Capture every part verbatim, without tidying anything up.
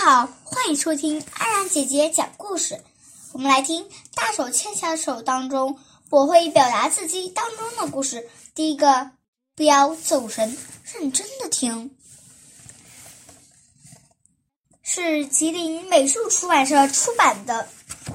好，欢迎收听安然姐姐讲故事。我们来听《大手牵小手》当中我会表达自己当中的故事。第一个，不要走神，认真的听。是吉林美术出版社出版的。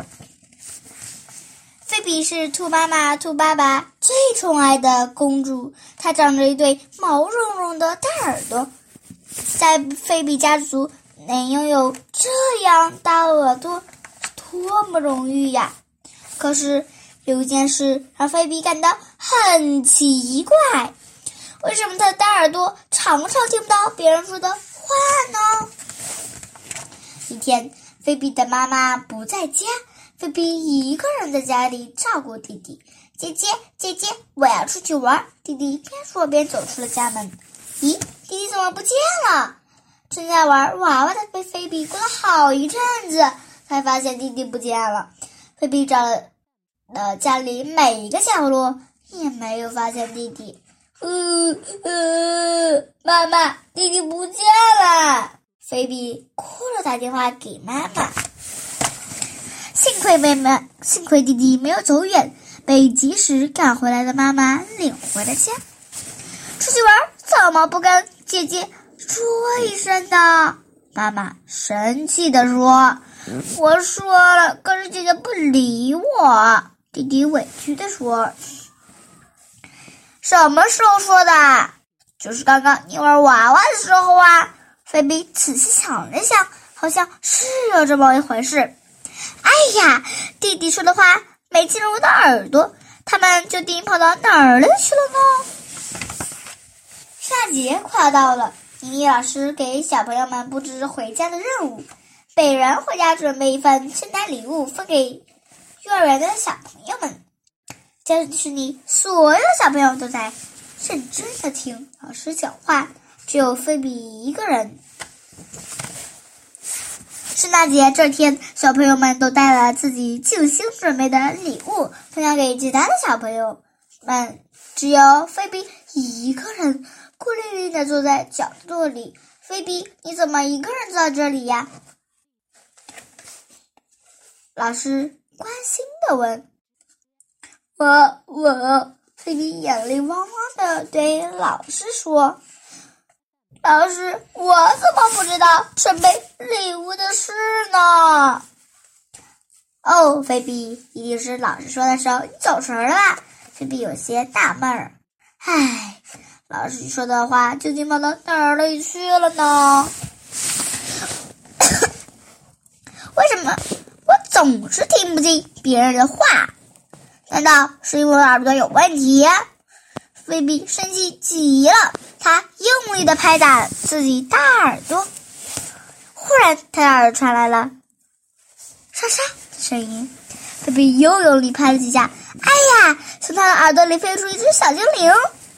菲比是兔妈妈、兔爸爸最宠爱的公主，她长着一对毛茸茸的大耳朵。在菲比家族能拥有这样大耳朵是多么荣誉呀！可是有一件事让菲比感到很奇怪，为什么她的大耳朵常常听不到别人说的话呢？一天，菲比的妈妈不在家，菲比一个人在家里照顾弟弟。姐姐，姐姐，我要出去玩！弟弟边说边走出了家门。咦，弟弟怎么不见了？正在玩娃娃的被菲比过了好一阵子，才发现弟弟不见了。菲比找了呃家里每一个角落，也没有发现弟弟。呃呃，妈妈，弟弟不见了！菲比哭着打电话给妈妈。幸亏妹妹，幸亏弟弟没有走远，被及时赶回来的妈妈领回了家。出去玩怎么不跟姐姐说一声呢？妈妈生气地说。我说了，可是姐姐不理我。弟弟委屈地说。什么时候说的？就是刚刚你玩娃娃的时候啊。菲比仔细想了想，好像是有这么一回事。哎呀，弟弟说的话没进入我的耳朵，他们究竟跑到哪儿里去了呢？圣诞节快要到了，妮妮老师给小朋友们布置回家的任务，每人回家准备一份圣诞礼物分给幼儿园的小朋友们。教室里所有的小朋友都在认真的听老师讲话，只有菲比一个人。圣诞节这天，小朋友们都带了自己精心准备的礼物分享给其他的小朋友们，只有菲比一个人孤零零地坐在角落里。菲比，你怎么一个人坐在这里呀？老师关心地问。我我菲比眼泪汪汪地对老师说。老师，我怎么不知道准备礼物的事呢？哦，菲比，一定是老师说的时候你走神了吧？菲比有些纳闷儿。唉，老师说的话究竟跑到哪儿里去了呢？为什么我总是听不进别人的话？难道是因为耳朵有问题？菲比生气极了，他用力地拍打自己大耳朵。忽然他的耳朵传来了沙沙的声音，菲比又用力拍了几下，哎呀，从他的耳朵里飞出一只小精灵。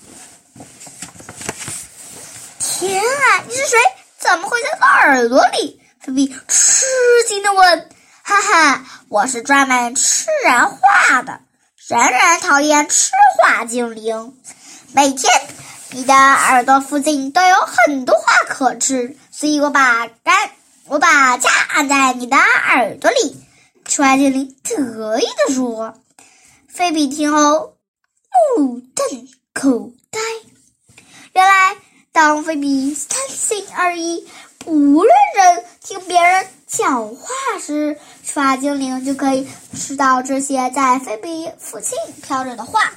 天啊，你是谁？怎么会在我耳朵里？菲比吃惊地问。哈哈，我是专门吃人话的，人人讨厌吃话精灵。每天你的耳朵附近都有很多话可吃，所以我把干我把家安在你的耳朵里。吃话精灵得意地说。菲比听后目瞪口呆。原来当菲比三心二意不认真听别人讲话时，吃话精灵就可以吃到这些在菲比附近飘着的话。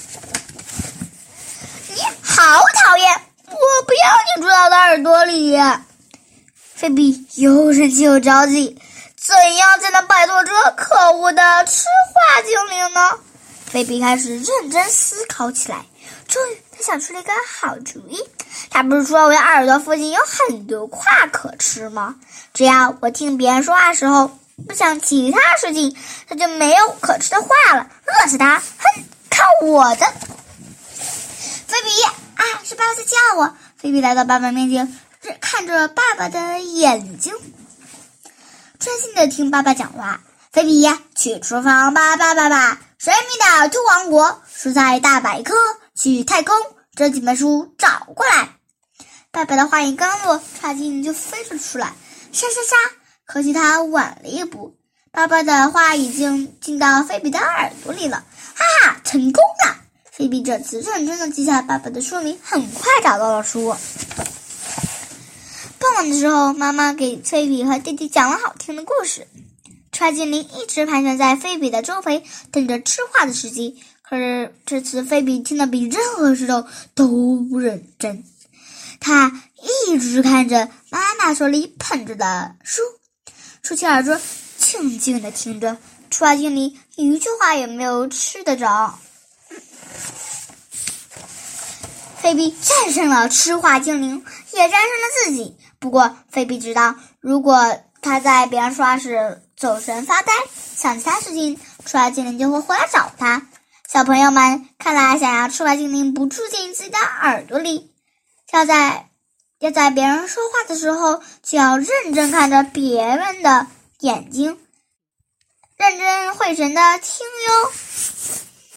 你好讨厌，我不要你住到我的耳朵里。菲比又生气又着急，怎样才能摆脱这可恶的吃话精灵呢？菲比开始认真思考起来，终于他想出了一个好主意。他不是说我的耳朵附近有很多话可吃吗？只要我听别人说话的时候不想其他事情，他就没有可吃的话了。饿死他！哼，看我的！菲比啊，是爸爸在叫我。菲比来到爸爸面前，看着爸爸的眼睛，专心地听爸爸讲话。菲比，去厨房吧，爸爸吧！神秘的兔王国、蔬菜大百科、去太空，这几本书找过来。爸爸的话音刚落，叉精灵就飞了出来。 沙沙沙，可惜他晚了一步，爸爸的话已经进到菲比的耳朵里了。哈哈，成功了！菲比这次认真的记下爸爸的说明，很快找到了书。傍晚的时候，妈妈给菲比和弟弟讲了好听的故事。吃话精灵一直盘旋在菲比的周围，等着吃话的时机。可是这次菲比听得比任何时候都认真，他一直看着妈妈手里捧着的书，竖起耳朵静静地听着。吃话精灵一句话也没有吃得着。菲比战胜了吃话精灵，也战胜了自己。不过菲比知道，如果他在别人说话时走神发呆，想其他事情，吃话精灵就会回来找他。小朋友们，看来想要吃话精灵不住进自己的耳朵里，要在要在别人说话的时候，就要认真看着别人的眼睛，认真会神的听哟。